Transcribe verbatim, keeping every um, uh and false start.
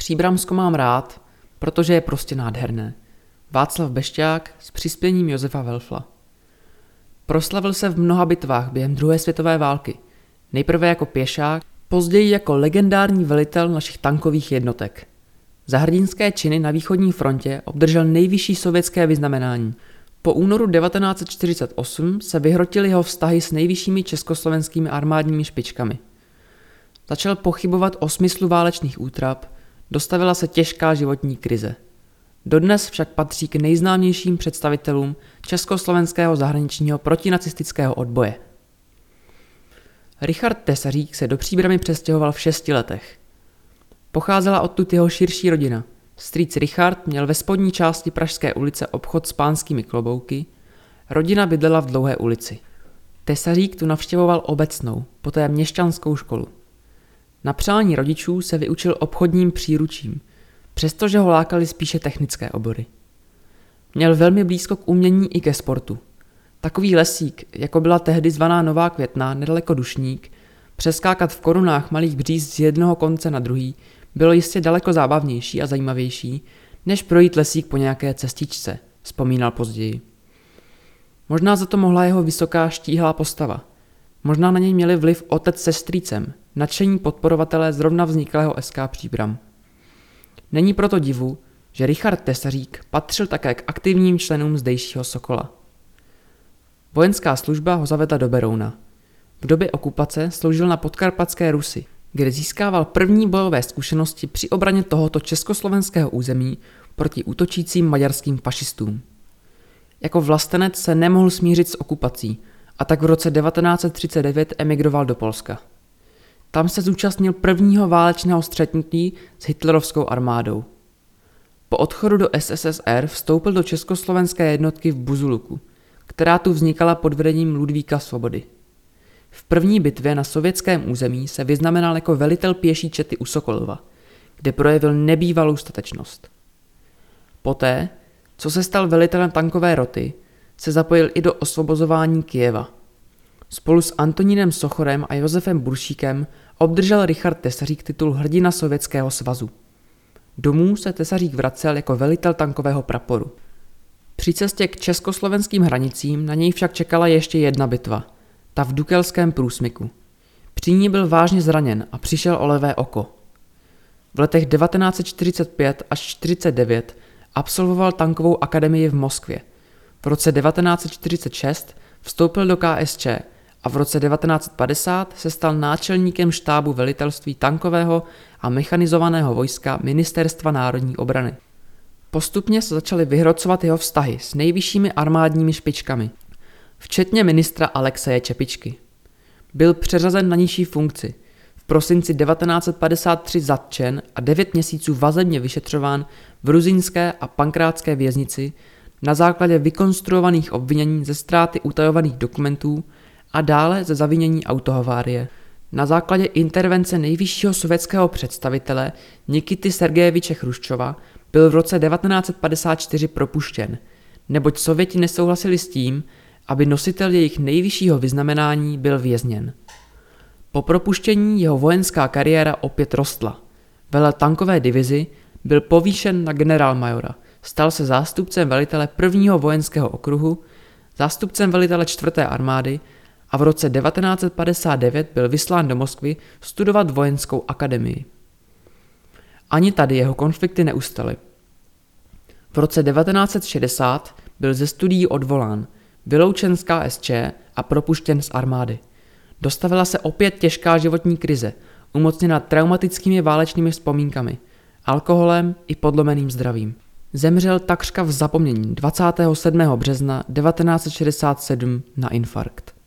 Příbramsko mám rád, protože je prostě nádherné. Václav Bešťák s přispěním Josefa Welfla. Proslavil se v mnoha bitvách během druhé světové války. Nejprve jako pěšák, později jako legendární velitel našich tankových jednotek. Za hrdinské činy na východní frontě obdržel nejvyšší sovětské vyznamenání. Po únoru devatenáct set čtyřicet osm se vyhrotily jeho vztahy s nejvyššími československými armádními špičkami. Začal pochybovat o smyslu válečných útrap, dostavila se těžká životní krize. Dodnes však patří k nejznámějším představitelům československého zahraničního protinacistického odboje. Richard Tesařík se do Příbrami přestěhoval v šesti letech. Pocházela odtud jeho širší rodina. Strýc Richard měl ve spodní části Pražské ulice obchod s pánskými klobouky, rodina bydlela v Dlouhé ulici. Tesařík tu navštěvoval obecnou, poté měšťanskou školu. Na přání rodičů se vyučil obchodním příručím, přestože ho lákaly spíše technické obory. Měl velmi blízko k umění i ke sportu. Takový lesík, jako byla tehdy zvaná Nová Květná, nedaleko Dušník, přeskákat v korunách malých bříz z jednoho konce na druhý, bylo jistě daleko zábavnější a zajímavější, než projít lesík po nějaké cestičce, vzpomínal později. Možná za to mohla jeho vysoká štíhlá postava. Možná na něj měli vliv otec se strýcem, nadšení podporovatelé zrovna vzniklého S K Příbram. Není proto divu, že Richard Tesařík patřil také k aktivním členům zdejšího Sokola. Vojenská služba ho zavedla do Berouna. V době okupace sloužil na podkarpatské Rusy, kde získával první bojové zkušenosti při obraně tohoto československého území proti útočícím maďarským fašistům. Jako vlastenec se nemohl smířit s okupací a tak v roce devatenáct set třicet devět emigroval do Polska. Tam se zúčastnil prvního válečného střetnutí s hitlerovskou armádou. Po odchodu do S S S R vstoupil do československé jednotky v Buzuluku, která tu vznikala pod vedením Ludvíka Svobody. V první bitvě na sovětském území se vyznamenal jako velitel pěší čety u Sokolova, kde projevil nebývalou statečnost. Poté, co se stal velitelem tankové roty, se zapojil i do osvobozování Kyjeva. Spolu s Antonínem Sochorem a Josefem Buršíkem obdržel Richard Tesařík titul hrdina Sovětského svazu. Domů se Tesařík vracel jako velitel tankového praporu. Při cestě k československým hranicím na něj však čekala ještě jedna bitva, ta v Dukelském průsmyku. Při ní byl vážně zraněn a přišel o levé oko. V letech devatenáct set čtyřicet pět až čtyřicet devět absolvoval tankovou akademii v Moskvě. V roce devatenáct set čtyřicet šest vstoupil do K S Č a v roce devatenáct set padesát se stal náčelníkem štábu velitelství tankového a mechanizovaného vojska Ministerstva národní obrany. Postupně se začaly vyhrocovat jeho vztahy s nejvyššími armádními špičkami, včetně ministra Alexeje Čepičky. Byl přeřazen na nižší funkci, v prosinci devatenáct set padesát tři zatčen a devět měsíců vazebně vyšetřován v Ruzínské a Pankrátské věznici na základě vykonstruovaných obvinění ze ztráty utajovaných dokumentů a dále ze zavinění autohavárie. Na základě intervence nejvyššího sovětského představitele Nikity Sergejeviče Chruščova byl v roce devatenáct set padesát čtyři propuštěn, neboť Sověti nesouhlasili s tím, aby nositel jejich nejvyššího vyznamenání byl vězněn. Po propuštění jeho vojenská kariéra opět rostla. Velel tankové divizi, byl povýšen na generálmajora, stal se zástupcem velitele prvního vojenského okruhu, zástupcem velitele čtvrté armády a v roce devatenáct set padesát devět byl vyslán do Moskvy studovat vojenskou akademii. Ani tady jeho konflikty neustaly. V roce devatenáct set šedesát byl ze studií odvolán, vyloučen z K S Č a propuštěn z armády. Dostavila se opět těžká životní krize, umocněna traumatickými válečnými vzpomínkami, alkoholem i podlomeným zdravím. Zemřel takřka v zapomnění dvacátého sedmého března devatenáct set šedesát sedm na infarkt.